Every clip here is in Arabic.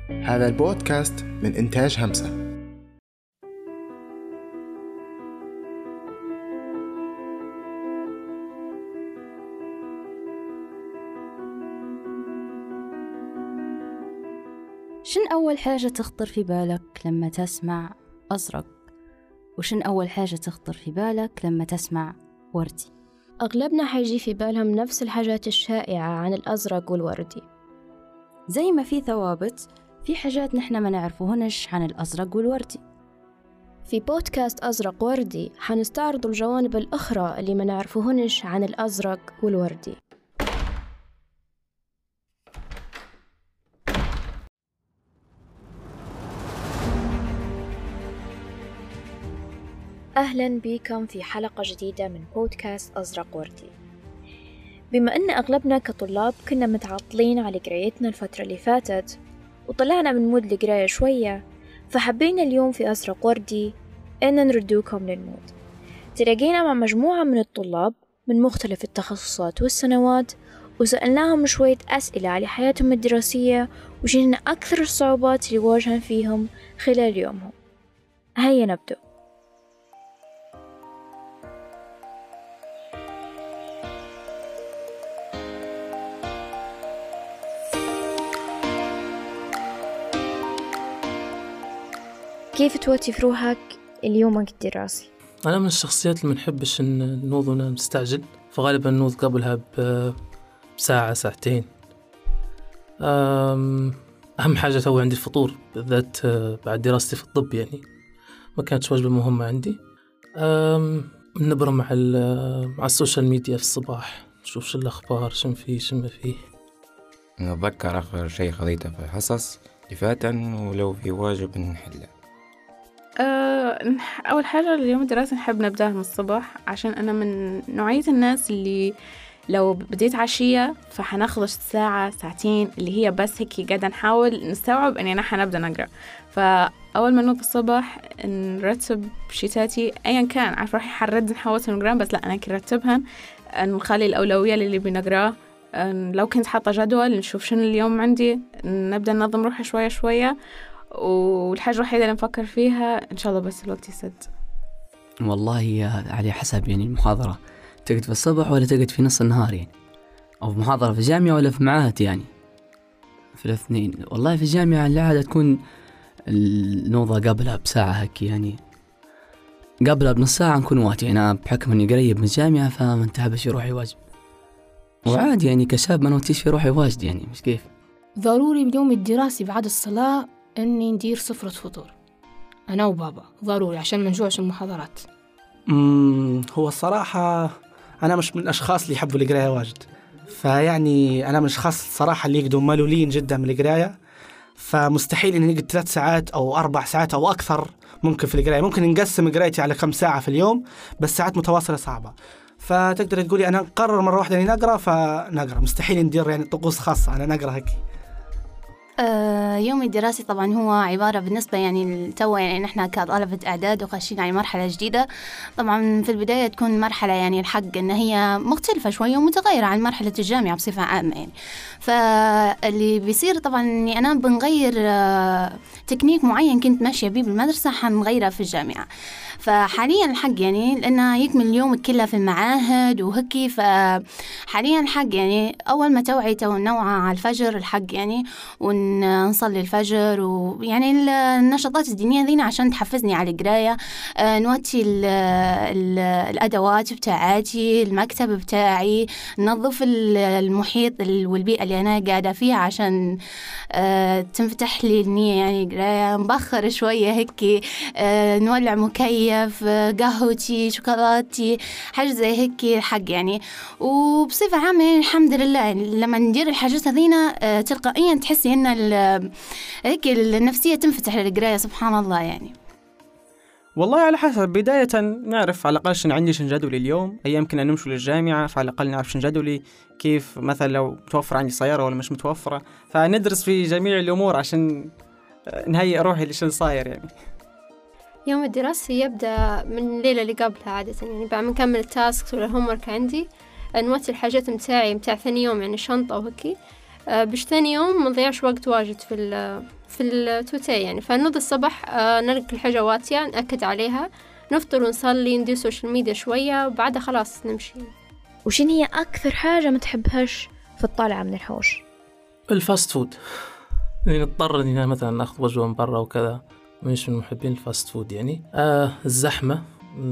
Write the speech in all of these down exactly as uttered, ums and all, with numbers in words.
هذا البودكاست من إنتاج همسة. شن أول حاجة تخطر في بالك لما تسمع أزرق؟ وشن أول حاجة تخطر في بالك لما تسمع وردي؟ أغلبنا حيجي في بالهم نفس الحاجات الشائعة عن الأزرق والوردي. زي ما في ثوابت، في حاجات نحن ما نعرفوهنش عن الأزرق والوردي. في بودكاست أزرق وردي حنستعرض الجوانب الأخرى اللي ما نعرفوهنش عن الأزرق والوردي. أهلاً بكم في حلقة جديدة من بودكاست أزرق وردي. بما أن أغلبنا كطلاب كنا متعطلين على قرايتنا الفترة اللي فاتت وطلعنا من مود القراية شوية، فحبينا اليوم في أزرق وردي أن نردوكم للمود. تلاقينا مع مجموعة من الطلاب من مختلف التخصصات والسنوات، وسألناهم شوية أسئلة على حياتهم الدراسية وشين أكثر الصعوبات اللي واجهن فيهم خلال يومهم. هيا نبدأ. كيف توتي في روحك اليومك الدراسي؟ أنا من الشخصيات اللي منحبش إن نوض ونستعجل، فغالبا نوض قبلها بساعة ساعتين. أهم حاجة تو عندي الفطور، بالذات بعد دراستي في الطب، يعني ما كانت وجبة مهمة عندي. نبرم مع مع السوشيال ميديا في الصباح، نشوف شو الأخبار، شو فيه شو ما فيه. نتذكر آخر شيء خذيته في الحصص اللي فاتن، ولو في واجب نحله. أول حاجة اليوم الدراسي نحب نبدأ من الصبح، عشان أنا من نوعية الناس اللي لو بديت عشية فحناخذ ساعة ساعتين اللي هي بس هيك قاعدة نحاول نستوعب أني أنا حنبدأ نقرأ. فأول ما نوض الصبح نرتب شيتاتي أيا كان، عارف راح حنرد نحاول نقرأ، بس لا أنا كرتبهن، نخلي الأولوية للي بنقرأ. لو كنت حاطة جدول نشوف شنو اليوم عندي، نبدأ ننظم روحي شوية شوية. والحاجة الوحيدة اللي نفكر فيها إن شاء الله بس الوقت يسد. والله على حسب، يعني المحاضرة تقعد في الصبح ولا تقعد في نص النهار، يعني أو في محاضرة في الجامعة ولا في معاهد، يعني في الاثنين. والله في الجامعة العادة تكون النوضة قبلها بساعة هيك، يعني قبلها بنص ساعة نكون واتي. أنا بحكم إني قريب من الجامعة فما انتهبش روحي واجب، وعادي يعني كشاب ما نوتيش في روحي واجد، يعني مش كيف. ضروري باليوم الدراسي بعد الصلاة إني ندير سفرة فطور أنا وبابا، ضروري عشان ما نجوعش المحاضرات. امم هو الصراحة أنا مش من الأشخاص اللي يحبوا القراية واجد، فيعني أنا من الأشخاص الصراحة اللي يقدروا ملولين جدا من القراية، فمستحيل إني نقعد ثلاث ساعات أو أربع ساعات أو أكثر ممكن في القراية. ممكن نقسم قرايتي على كم ساعة في اليوم، بس ساعات متواصلة صعبة. فتقدر تقولي أنا نقرر مرة واحدة إني نقرأ فنقرأ، مستحيل ندير يعني طقوس خاصة أنا نقرأ هيك. آه يومي الدراسي طبعا هو عبارة بالنسبة يعني التو يعني نحن كطلبة إعداد وخاشين على مرحلة جديدة. طبعا في البداية تكون مرحلة يعني الحق إن هي مختلفة شوية ومتغيرة عن مرحلة الجامعة بصفة عامة، يعني فاللي بيصير طبعا إني أنا بنغير آه تكنيك معين كنت ماشية بيه بالمدرسة حنغيرها في الجامعة. فحاليا الحق يعني لأنه يكمل اليوم كله في المعاهد وهكي، فحاليا الحق يعني أول ما توعي تو نوعا على الفجر الحق يعني ونصلي الفجر، ويعني النشاطات الدينية ذينا عشان تحفزني على القراية. آه نوتي ال ال الأدوات بتاعتي، المكتب بتاعي، ننظف المحيط والبيئة اللي أنا قاعدة فيها عشان آه تنفتح لي النية يعني قراية. نبخر شوية هيك، آه نولع مكيف، قهوتي، شوكولاتي، حاجة زي هيك الحق يعني. وبصفة عامة يعني الحمد لله يعني لما ندير الحاجات هذينا آه تلقائيا تحسي إن هيك النفسية تنفتح للقراية، سبحان الله يعني. والله على حسب. بداية نعرف على الأقل شن عندي شن جدولي اليوم، أيام كنا نمشي للجامعة فعلى الأقل نعرف شن جدولي، كيف مثلا لو متوفر عندي سيارة ولا مش متوفرة، فندرس في جميع الأمور عشان نهيئ روحي لشن صاير يعني. يوم الدراسي يبدأ من الليلة اللي قبلها عادة، يعني بعد ما نكمل التاسك ولا الهومورك عندي نوتي الحاجات متاعي متاع ثاني يوم، يعني شنطة وهكي. آه باش ثاني يوم ما نضيعش وقت واجد في ال في التوتيه يعني. فنوض الصباح آه نلقى الحاجة واتية نأكد عليها، نفطر ونصلي، ندير سوشيال ميديا شوية وبعدها خلاص نمشي. وشين هي أكثر حاجة ما تحبهاش في الطالعة من الحوش؟ الفاست فود، يعني نضطر إننا مثلا ناخذ وجبة من برا وكذا، مش من محبين الفاست فود يعني. آه الزحمة،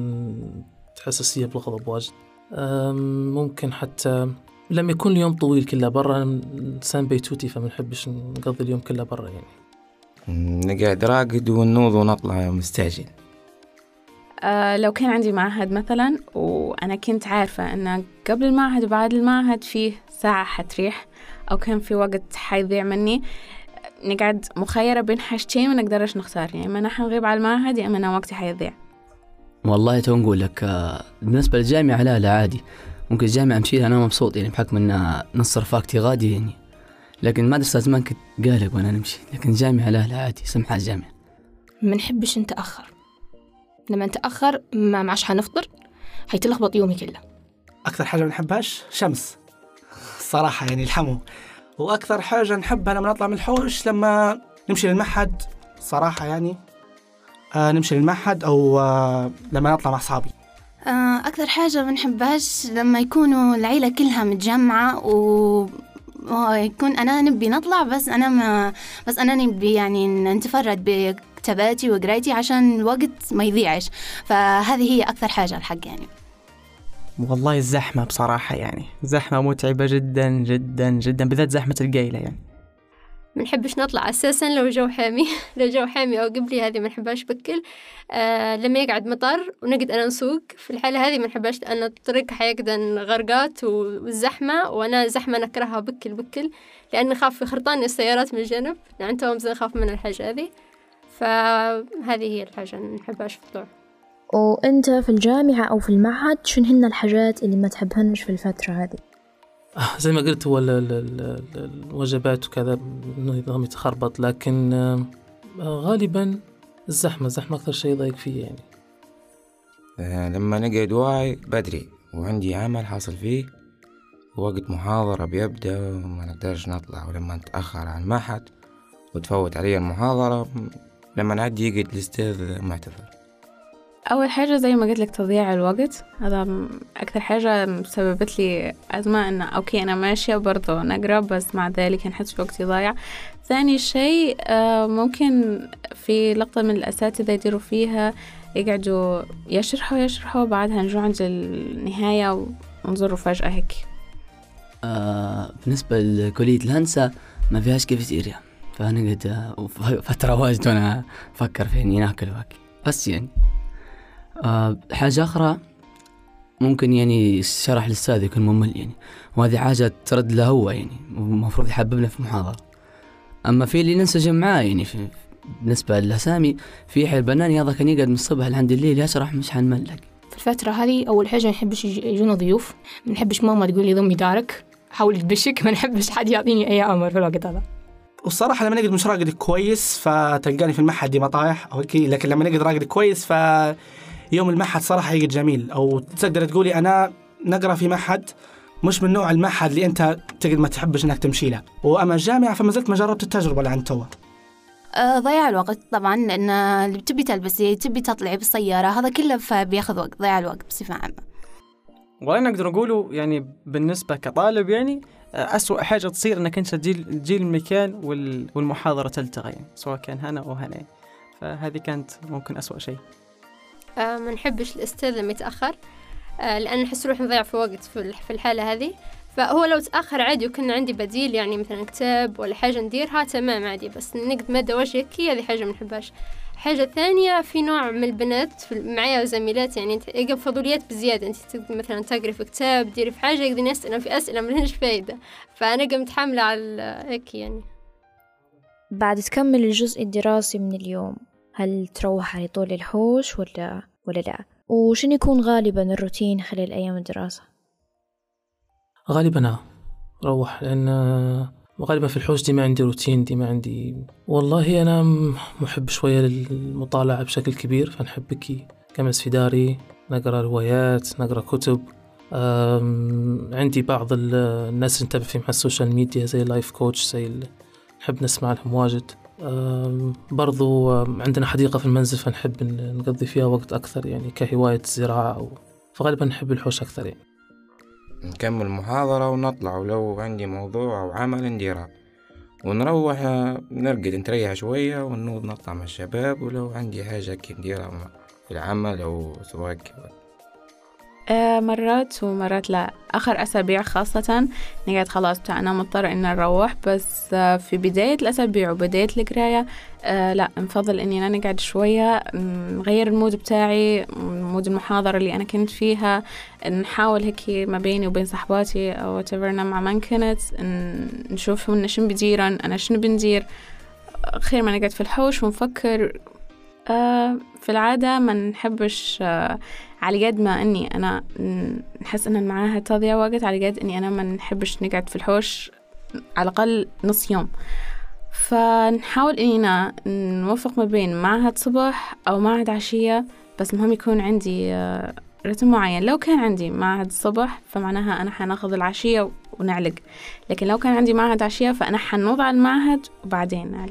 حساسية بالغضب واجد. آه ممكن حتى لما يكون اليوم طويل كله برا، إنسان بيتوتي فما نحبش نقضي اليوم كله برا يعني. نقعد راقد ونوض ونطلع مستعجل. آه لو كان عندي معهد مثلا وأنا كنت عارفة أن قبل المعهد وبعد المعهد فيه ساعة حتريح أو كان في وقت حيضيع مني، نقعد مخيرة بين حاجتين ما نقدرش نختار، يعني ما نحن نغيب على المعهد يا إما أنا وقتي حيضيع. والله تو نقول لك آه بالنسبة للجامعة لا لا عادي، ممكن الجامعة أمشيها أنا مبسوط يعني بحكم أن نص رفاقتي غادي يعني، لكن المدرسة زمان كنت قالق وأنا نمشي، لكن الجامعة لا لا عادي سمحة الجامعة. ما نحبش نتأخر، لما نتأخر ما معش حنفطر، حيتلخبط يومي كله. أكثر حاجة ما نحبهاش شمس الصراحة يعني الحمو، وأكثر حاجة نحبها لما نطلع من الحوش لما نمشي للمعهد صراحة يعني آه نمشي للمعهد أو آه لما نطلع مع أصحابي. آه أكثر حاجة ما نحبهاش لما يكونوا العيلة كلها متجمعة و ويكون أنا نبي نطلع بس أنا ما بس أنا نبي يعني نتفرد بكتاباتي وقرايتي عشان الوقت ما يضيعش، فهذه هي أكثر حاجة الحق يعني. والله الزحمة بصراحة يعني زحمة متعبة جدا جدا جدا، بالذات زحمة القيلة يعني. ما نحبش نطلع أساسا لو جو حامي لو جو حامي أو قبلي هذه ما نحبهاش بكل. آه لما يقعد مطر ونقعد أنا نسوق في الحالة هذه ما نحبهاش، لأن الطريق حيقدن غرقات والزحمة، وأنا زحمة نكرهها بكل بكل لأن خاف خرطان السيارات من الجنب، لأن توم زين خاف من الحاجة هذه، فهذه هي الحاجة اللي نحبهاش في الطلوع. وأنت في الجامعة أو في المعهد شن هن الحاجات اللي ما تحبهنش في الفترة هذه؟ آه زي ما قلت هو ال ال ال الوجبات وكذا نظام يتخربط، لكن آه غالبا الزحمة الزحمة أكثر شيء ضايق فيه يعني. آه لما نقعد واعي بدري وعندي عمل حاصل فيه ووقت محاضرة بيبدأ وما نقدرش نطلع، ولما نتأخر عن المعهد وتفوت علي المحاضرة لما نعدي يقعد الأستاذ معتذر. أول حاجة زي ما قلت لك تضييع الوقت، هذا أكثر حاجة سببت لي أزمة، إن أوكي أنا ماشية برضو نقرأ بس مع ذلك نحس وقتي ضايع. ثاني شيء ممكن في لقطة من الأساتذة يديروا فيها يقعدوا يشرحوا يشرحوا بعدها نجوا عند النهاية ونظروا فجأة هيك. آه بالنسبة لكلية الهندسة ما فيهاش كافيتيريا، فنقعد فترة واجد وأنا أفكر في إني ناكل واكل بس يعني. آه حاجة أخرى ممكن يعني الشرح للأستاذ يكون ممل يعني، وهذه حاجة ترد له هو يعني، ومفروض يحببنا في المحاضرة. أما في اللي ننسجم معاه يعني في بالنسبة للأسامي في حي البناني هذا كان يقعد من الصبح لحد الليل يشرح مش حنملك. في الفترة هذه أول حاجة ما نحبش يجونا ضيوف، ما نحبش ماما تقول لي ضمي دارك حاول تبشك، ما نحبش حد يعطيني أي أمر في الوقت هذا. والصراحة لما نقعد مش راقد كويس فتلقاني في المعهد دي مطايح أو كي، لكن لما نقعد راقد كويس ف يوم المعهد صراحة يقعد جميل، أو تقدر تقولي أنا نقرأ في معهد مش من نوع المعهد اللي أنت تقعد ما تحبش إنك تمشي له. وأما الجامعة فما زلت ما جربت التجربة اللي عن توا. أه ضياع الوقت طبعا، لأن اللي تبي تلبسي تبي تطلعي بالسيارة هذا كله فبياخذ وقت، ضياع الوقت بصفة عامة. والله نقدر نقوله يعني بالنسبة كطالب يعني أسوأ حاجة تصير إنك أنت تجي تجي المكان والمحاضرة تلتغي يعني، سواء كان هنا أو هنا، فهذه كانت ممكن أسوأ شيء. آه ما نحبش الأستاذ لما يتأخر، آه لأن نحس روح نضيع في وقت في الحالة هذه. فهو لو تأخر عادي وكنا عندي بديل يعني مثلا كتاب ولا حاجة نديرها تمام عادي، بس نقد مادة وجهك هذه حاجة ما نحبهاش. حاجة ثانية في نوع من البنات معايا وزميلات يعني انت يقف فضوليات بزيادة، انت تقدر مثلا تقري في كتاب ديري في حاجة يقدر يسألنا في أسئلة ملهنش فايدة، فأنا قمت حاملة على هيك يعني. بعد تكمل الجزء الدراسي من اليوم هل تروح على طول الحوش ولا ولا لا؟ وشن يكون غالبا الروتين خلال أيام الدراسة؟ غالبا روح، لأن غالبا في الحوش دي ما عندي روتين، دي ما عندي. والله أنا محب شوية للمطالعة بشكل كبير، فنحب كي كمس في داري نقرأ روايات نقرأ كتب عندي بعض الناس اللي نتابع فيهم على السوشيال ميديا زي لايف كوتش، زي اللي نحب نسمع لهم واجد. برضو عندنا حديقة في المنزل فنحب نقضي فيها وقت أكثر يعني كهواية الزراعة، أو فغالبا نحب الحوش أكثر يعني. نكمل محاضرة ونطلع، ولو عندي موضوع أو عمل نديره، ونروح نرقد نتريح شوية ونوض نطلع مع الشباب، ولو عندي حاجة كي نديرها في العمل أو سواق. آه مرات ومرات لا. آخر أسابيع خاصة نقعد خلاص أنا مضطرة إن نروح، بس آه في بداية الأسابيع وبداية القراية آه لا نفضل إني أنا نقعد شوية نغير المود بتاعي، مود المحاضرة اللي أنا كنت فيها، نحاول هيك ما بيني وبين صحباتي أو تبرنا مع من كنت نشوف إن شن بديرن أنا شن بندير، خير ما نقعد في الحوش ونفكر. آه في العادة ما نحبش آه على قد ما أني أنا نحس أن المعاهد تضيع وقت، على قد أني أنا ما نحبش نقعد في الحوش على الأقل نص يوم. فنحاول أننا نوفق ما بين معهد صباح أو معهد عشية، بس مهم يكون عندي آه رتم معين. لو كان عندي معهد الصباح فمعناها أنا حناخذ العشية ونعلق، لكن لو كان عندي معهد عشية فأنا حنوضع المعهد وبعدين نعلق.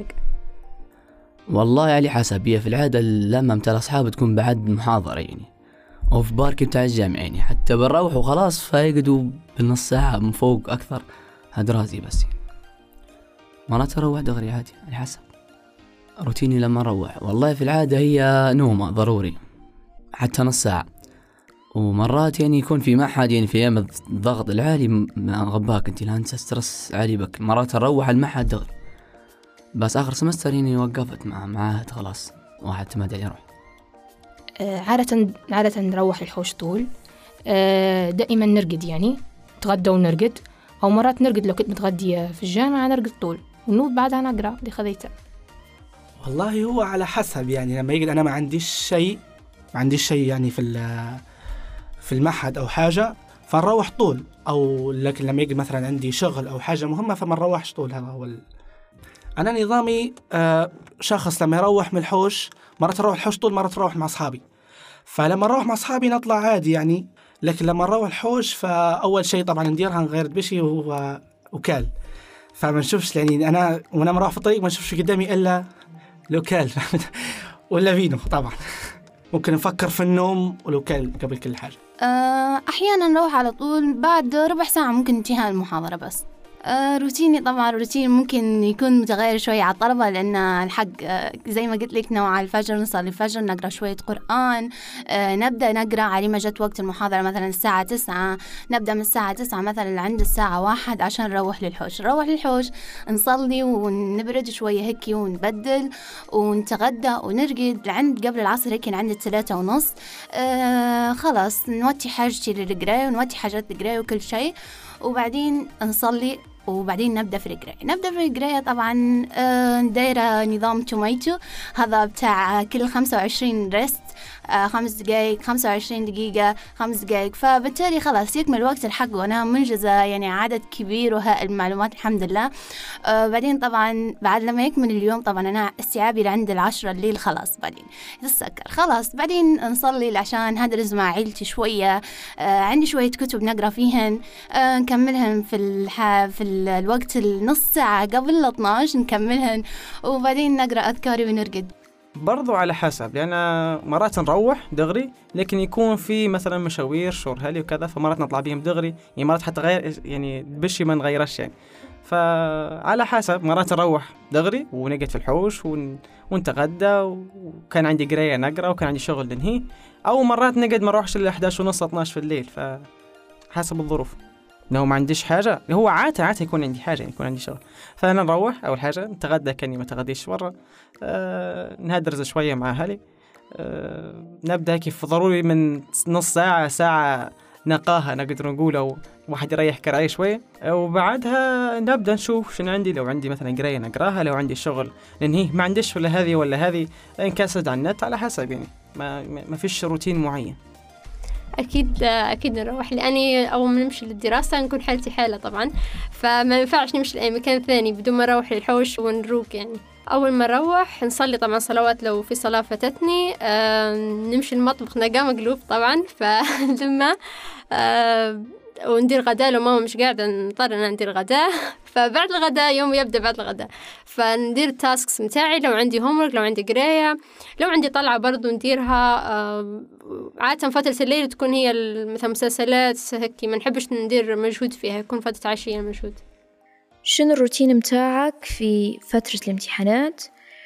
والله على حسب، هي في العادة لما امتى أصحاب تكون بعد محاضرة يعني، أو في بارك بتاع الجامعة يعني، حتى بنروح وخلاص فيقعدوا بالنص ساعة من فوق أكثر هاد رازي. بس يعني مرات أروح دغري عادي على حسب روتيني. لما أروح والله في العادة هي نومة ضروري حتى نص ساعة، ومرات يعني يكون في معهد يعني في أيام الضغط العالي ما غباك أنت لا أنسى سترس عالي بك، مرات أروح المعهد دغري. بس آخر سمستر يعني وقفت مع معاهد خلاص واحد تماد عليه يروح. عادة عادة نروح الحوش طول، دائما نرقد يعني نتغدى ونرقد، أو مرات نرقد لو كنت متغدية في الجامعة نرقد طول ونوض بعدها نقرأ اللي خذيته. والله هو على حسب يعني، لما يقعد أنا ما عنديش شيء ما عنديش شيء يعني في في المعهد أو حاجة فنروح طول، أو لكن لما يقعد مثلا عندي شغل أو حاجة مهمة فما نروحش طول. هذا هو ال... أنا نظامي آه شخص لما يروح من الحوش مرات أروح الحوش طول، مرات أروح مع أصحابي. فلما نروح مع أصحابي نطلع عادي يعني، لكن لما نروح الحوش فأول شيء طبعا نديرها نغير بشي وهو وكال، فما نشوفش يعني أنا وأنا مروح في الطريق ما نشوفش قدامي إلا لوكال ولا فينو. طبعا ممكن نفكر في النوم ولوكال قبل كل حاجة. أحيانا نروح على طول بعد ربع ساعة ممكن انتهاء المحاضرة. بس آه روتيني طبعا روتين ممكن يكون متغير شوية على الطلبة، لأن الحق آه زي ما قلت لك نوع الفجر نصلي الفجر نقرأ شوية قرآن، آه نبدأ نقرأ على ما جت وقت المحاضرة مثلا الساعة تسعة، نبدأ من الساعة تسعة مثلا عند الساعة واحد عشان نروح للحوش. نروح للحوش نصلي ونبرد شوية هيك ونبدل ونتغدى ونرقد لعند قبل العصر هيك عند الثلاثة ونص. آه خلاص نوتي حاجتي للقراية ونوتي حاجات القراية وكل شيء، وبعدين نصلي وبعدين نبدأ في القراية. نبدأ في القراية طبعا دايرة نظام توميتو، هذا بتاع كل خمسة وعشرين ريست، خمس دقائق خمسة وعشرين دقيقة خمس دقائق، فبالتالي خلاص يكمل وقت الحق وأنا منجزة يعني عدد كبير وهائل المعلومات الحمد لله. آه بعدين طبعا بعد لما يكمل اليوم طبعا أنا استيعابي لعند العشرة الليل خلاص، بعدين يتسكر خلاص، بعدين نصلي عشان هدرز مع عيلتي شوية. آه عندي شوية كتب نقرأ فيهن، آه نكملهن في الح... في الوقت النص ساعة قبل اثناشر نكملهن، وبعدين نقرأ أذكاري ونرقد. برضو على حسب يعني مرات نروح دغري، لكن يكون في مثلا مشاوير شور هالي وكذا فمرات نطلع بيهم دغري، يعني مرات حتى غير يعني بشي ما نغيرش يعني. فعلى حسب مرات نروح دغري ونقعد في الحوش ون... ونتغدى، وكان عندي قراية نقرأ وكان عندي شغل ننهي، أو مرات نقعد ما نروحش إلا إحدى عشر ونص اثناشر في الليل، فحسب الظروف. لو ما عنديش حاجة هو عادة عادة يكون عندي حاجة يعني يكون عندي شغل، فأنا نروح أول حاجة نتغدى كأني ما تغديش برا، أه نهدرز شوية مع أهلي، أه نبدأ كيف ضروري من نص ساعة ساعة نقاهة نقدر نقول، أو واحد يريح كراية شوية، وبعدها نبدأ نشوف شنو عندي. لو عندي مثلا قراية نقراها، لو عندي شغل لأنهي ما عنديش ولا هذه ولا هذه، نكسد على النت على حسب يعني، ما ما فيش روتين معين. أكيد أكيد نروح، لأني أول ما نمشي للدراسة نكون حالتي حالة طبعا، فما ينفعش نمشي لأي مكان ثاني بدون ما نروح للحوش ونروق. يعني أول ما نروح نصلي طبعا صلوات لو في صلاة فاتتني، آه نمشي المطبخ نلقاه مقلوب طبعا، فلما آه وندير غداء لو ماما مش قاعدة نضطر أن ندير غداء. فبعد الغداء يوم يبدأ بعد الغداء، فندير التاسكس متاعي، لو عندي هومورك، لو عندي قراية، لو عندي طلعة برضو نديرها. آه عادة فترة الليل تكون هي مثل مسلسلات هيك، ما نحبش ندير مجهود فيها، يكون فترة عشية مجهود. شنو الروتين متاعك في فترة الامتحانات،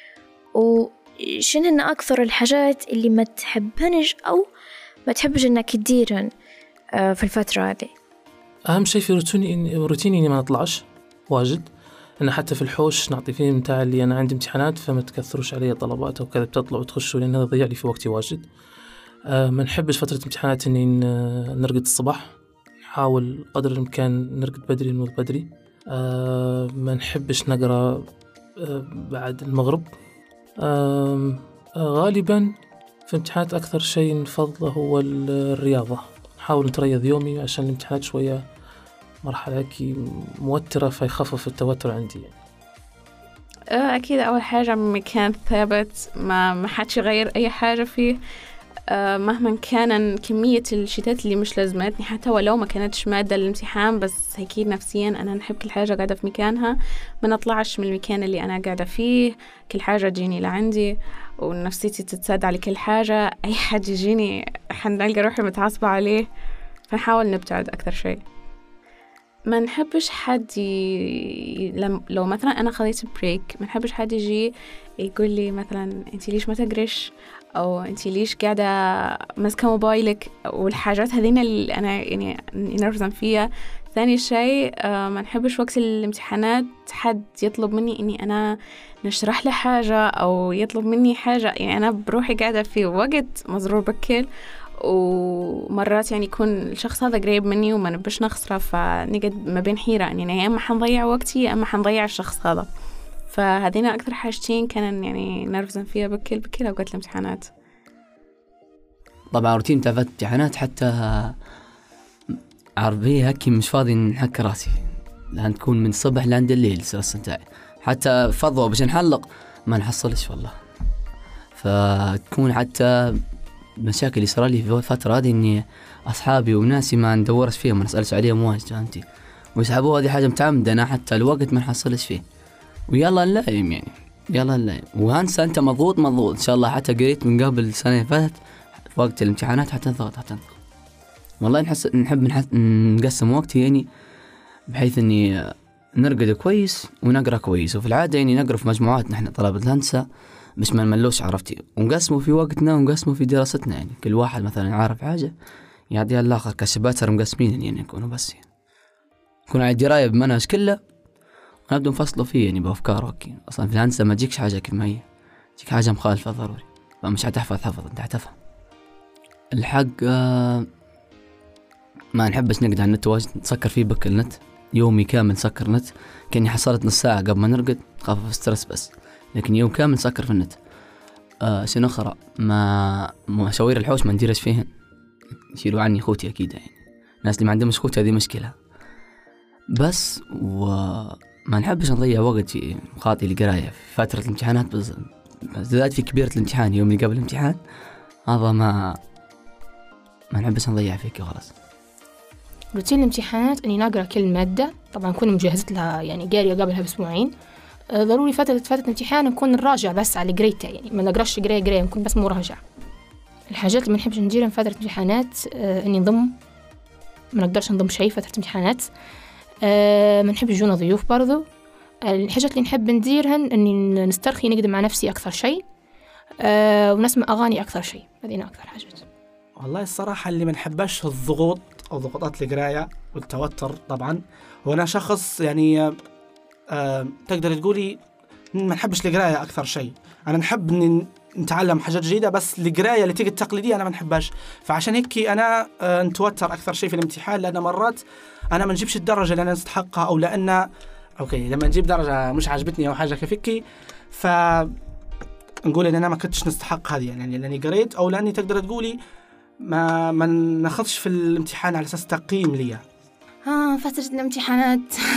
وشنو أكثر الحاجات اللي ما تحبنش أو ما تحبش إنك تديرن في الفترة هذه؟ أهم شيء في روتيني روتيني إني ما نطلعش واجد، أنا حتى في الحوش نعطي فيه متاع اللي أنا عندي امتحانات، فما تكثروش علي طلبات أو كذا بتطلع وتخشوا، لأن هذا ضيع لي في وقتي واجد. أه ما نحبش فترة امتحانات إني نرقد الصباح، نحاول قدر الإمكان نرقد بدري نوض بدري. أه ما نحبش نقرأ أه بعد المغرب. أه غالبا في امتحانات أكثر شيء نفضله هو الرياضة، نحاول نتريض يومي عشان الامتحانات شوية مرحلة هيك موترة فيخفف التوتر عندي. أكيد أول حاجة مكان ثابت، ما ما حدش يغير أي حاجة فيه، مهما كان كمية الشتات اللي مش لازمتني، حتى ولو ما كانتش مادة الامتحان، بس أكيد نفسيا أنا نحب كل حاجة قاعدة في مكانها، ما نطلعش من المكان اللي أنا قاعدة فيه، كل حاجة تجيني لعندي ونفسيتي تتساد على كل حاجة، أي حد يجيني حنلقى روحي متعصبة عليه، فنحاول نبتعد أكثر شيء. ما نحبش حد ي... لو مثلا أنا خذيت بريك، ما نحبش حد يجي يقول لي مثلا أنت ليش ما تقرش، أو أنت ليش قاعدة ماسكة موبايلك، والحاجات هذين اللي أنا يعني نرفزن فيها. ثاني شيء آه ما نحبش وقت الامتحانات حد يطلب مني إني أنا نشرح له حاجة أو يطلب مني حاجة، يعني أنا بروحي قاعدة في وقت مزرور بكل، ومرات يعني يكون الشخص هذا قريب مني وما نبش نخسره، فنقعد ما بين حيرة، يعني يا أما حنضيع وقتي يا أما حنضيع الشخص هذا. فهذين أكثر حاجتين كان يعني نرفزن فيها بكل بكل أوقات الامتحانات. طبعا روتين تاع امتحانات حتى عربية هكي مش فاضي نحك راسي، لأن تكون من الصبح لعند الليل السلسة تاعي، حتى فضوا باش نحلق ما نحصلش والله. فتكون حتى مشاكل اللي صار لي في الفترة هذه إني أصحابي وناسي ما ندورش فيهم، ما نسألش عليهم واجد فهمتي، ويسحبوها هذه حاجة متعمدة، أنا حتى الوقت ما نحصلش فيه، ويلا نلايم يعني يلا نلايم وهنسى. أنت مضغوط مضغوط إن شاء الله، حتى قريت من قبل السنة فاتت في وقت الامتحانات حتنضغط حتنضغط والله. نحس نحب نحس نقسم وقتي يعني بحيث إني نرقد كويس ونقرأ كويس، وفي العادة يعني نقرأ في مجموعات نحن طلبة الهندسة مش ما نملوش عرفتي، ونقسموا في وقتنا ونقسموا في دراستنا، يعني كل واحد مثلا عارف حاجة يعطيها الآخر، كشبات صار مقسمين يعني نكونوا بس يعني نكون على دراية بمنهج كله ونبدأ نفصلوا فيه يعني بأفكار. أوكي أصلا في الهندسة ما تجيكش حاجة كما هي، تجيك حاجة مخالفة ضروري، فمش هتحفظ حفظ أنت هتفهم الحق. آه ما نحبش نقعد على النت واجد، نسكر فيه بك النت يومي كامل، نسكر نت كأني حصلت نص ساعة قبل ما نرقد خفف سترس بس، لكن يوم كامل نسكر في النت. آه شنو أخرى، ما مشاوير الحوش ما نديرش فيهن، يشيلوا عني خوتي أكيد، يعني الناس اللي ما عندهم خوت هذه مشكلة بس. وما نحبش نضيع وقت في مخاطي القراية في فترة الامتحانات، بالذات في كبيرة الامتحان يوم اللي قبل الامتحان هذا ما ما نحبش نضيع فيه خلاص. روتين الامتحانات اني نقرا كل ماده، طبعا نكون مجهزت لها يعني قاريه قبلها باسبوعين. أه ضروري فتره فتره الامتحان نكون نراجع بس على قريتها، يعني ما نقراش قرايه قرايه، نكون بس مراجعه. الحاجات اللي ما نحبش نديرها في فتره الامتحانات أه اني نضم، ما نقدرش نضم شيء فتره امتحانات. أه ما نحب يجونا ضيوف برضو. الحاجات اللي نحب نديرهن اني نسترخي، نقدم مع نفسي اكثر شيء، أه ونسمع اغاني اكثر شيء. هذين اكثر حاجات. والله الصراحه اللي ما نحبش الضغوط أو ضغوطات القراية والتوتر. طبعا وأنا شخص يعني آه تقدر تقولي ما نحبش القراية أكثر شيء، أنا نحب إن نتعلم حاجات جديدة، بس القراية اللي تيجي التقليدية أنا ما نحبهاش. فعشان هيك أنا آه نتوتر أكثر شيء في الامتحان، لأن مرات أنا ما نجيبش الدرجة اللي أنا نستحقها، أو لأن أوكي لما نجيب درجة مش عجبتني أو حاجة كفكي، فنقول إن أنا ما كنتش نستحق هذه، يعني لأني قريت أو لأني تقدر تقولي ما ما ناخذش في الامتحان على أساس تقييم ليا. آه فترة الامتحانات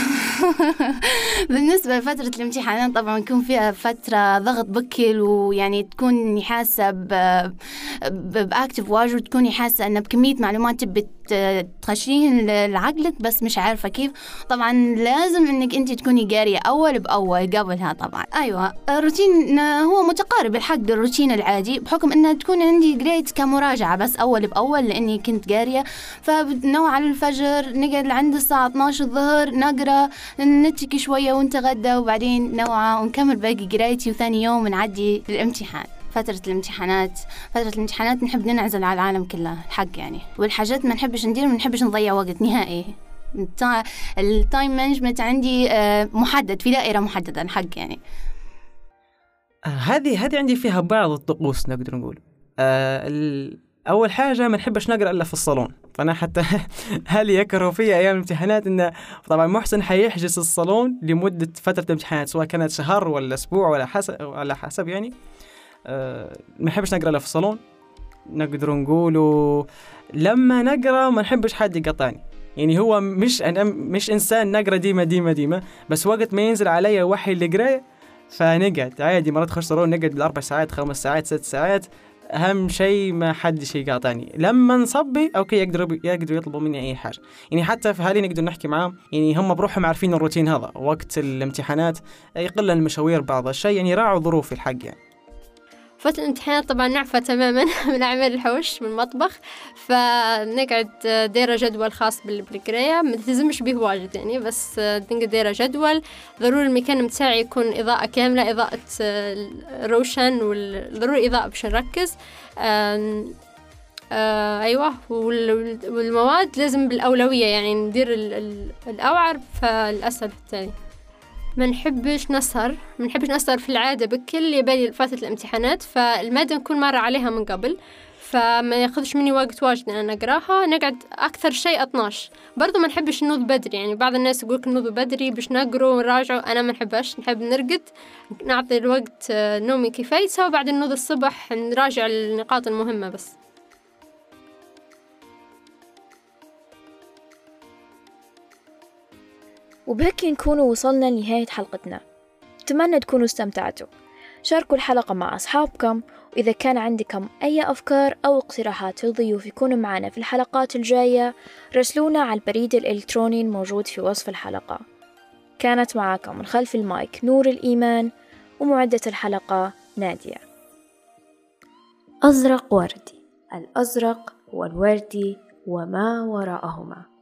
بالنسبة لفترة الامتحانات طبعا يكون فيها فترة ضغط بكل، ويعني تكون حاسة بأكتف واجد، وتكوني حاسة أن بكمية معلومات تبي تخشين لعقلك بس مش عارفة كيف. طبعا لازم أنك أنت تكوني قارية أول بأول قبلها. طبعا أيوة الروتين هو متقارب الحق للروتين العادي، بحكم أنها تكون عندي قريت كمراجعة بس أول بأول لأني كنت قارية. فبنوع على الفجر نقعد عند الساعة اثنا عشر الظهر نقرأ نتكي شوية ونتغدى، وبعدين نوعة ونكمل باقي قرايتي، وثاني يوم نعدي الامتحان. فترة الامتحانات فترة الامتحانات نحب ننعزل على العالم كله الحق يعني، والحاجات ما نحبش ندير، ما نحبش نضيع وقت نهائي. التايم مانجمنت عندي محدد في دائرة محددة الحق يعني. هذه هذه عندي فيها بعض الطقوس نقدر نقول. آه أول حاجة ما نحبش نقرأ إلا في الصالون، فأنا حتى هل يكره في أيام الامتحانات إنه طبعا محسن حيحجز الصالون لمدة فترة الامتحانات، سواء كانت شهر ولا أسبوع ولا حسب على حسب يعني. أه ما نحبش نقرأ إلا في الصالون. نقدر نقوله لما نقرأ ما نحبش حد يقطعني، يعني هو مش أنا مش إنسان نقرأ ديما ديما ديما، بس وقت ما ينزل علي وحي القراية فنقعد عادي. مرات خش صالون نقعد بالأربع ساعات خمس ساعات ست ساعات، أهم شيء ما حدش يقاطعني. لما نصبي أوكي يقدروا يقدروا يطلبوا مني أي حاجة، يعني حتى في هالي نقدر نحكي معاهم، يعني هم بروحهم عارفين الروتين هذا. وقت الامتحانات يقل المشاوير بعض الشيء، يعني راعوا ظروف الحق يعني. فترة الامتحانات طبعا نعفى تماما من أعمال الحوش من المطبخ، فنقعد دايرة جدول خاص بالقراية ما تلزمش به واجد يعني، بس نقعد دايرة جدول. ضروري المكان متاعي يكون إضاءة كاملة، إضاءة روشن، وضروري إضاءة باش نركز. آه آه أيوة، والمواد لازم بالأولوية يعني ندير الأوعر فالأسهل التالي. ما نحبش نسهر ما نحبش نسهر في العادة بكل يبالي فترة الامتحانات، فالمادة نكون مرة عليها من قبل، فما ياخذش مني وقت واجد أن نقراها. نقعد أكثر شيء اثناشر. برضو ما نحبش نوض بدري، يعني بعض الناس يقولك نوض بدري باش نقرأ ونراجع، أنا ما نحبش، نحب نرقد، نعطي الوقت نومي كفايته، وبعد نوض الصبح نراجع النقاط المهمة بس. وبهيك نكون وصلنا لنهاية حلقتنا. أتمنى تكونوا استمتعتوا. شاركوا الحلقة مع أصحابكم، وإذا كان عندكم أي أفكار أو اقتراحات للضيوف يكونوا معنا في الحلقات الجاية رسلونا على البريد الإلكتروني الموجود في وصف الحلقة. كانت معكم من خلف المايك نور الإيمان، ومعدة الحلقة نادية. أزرق وردي، الأزرق والوردي وما وراءهما.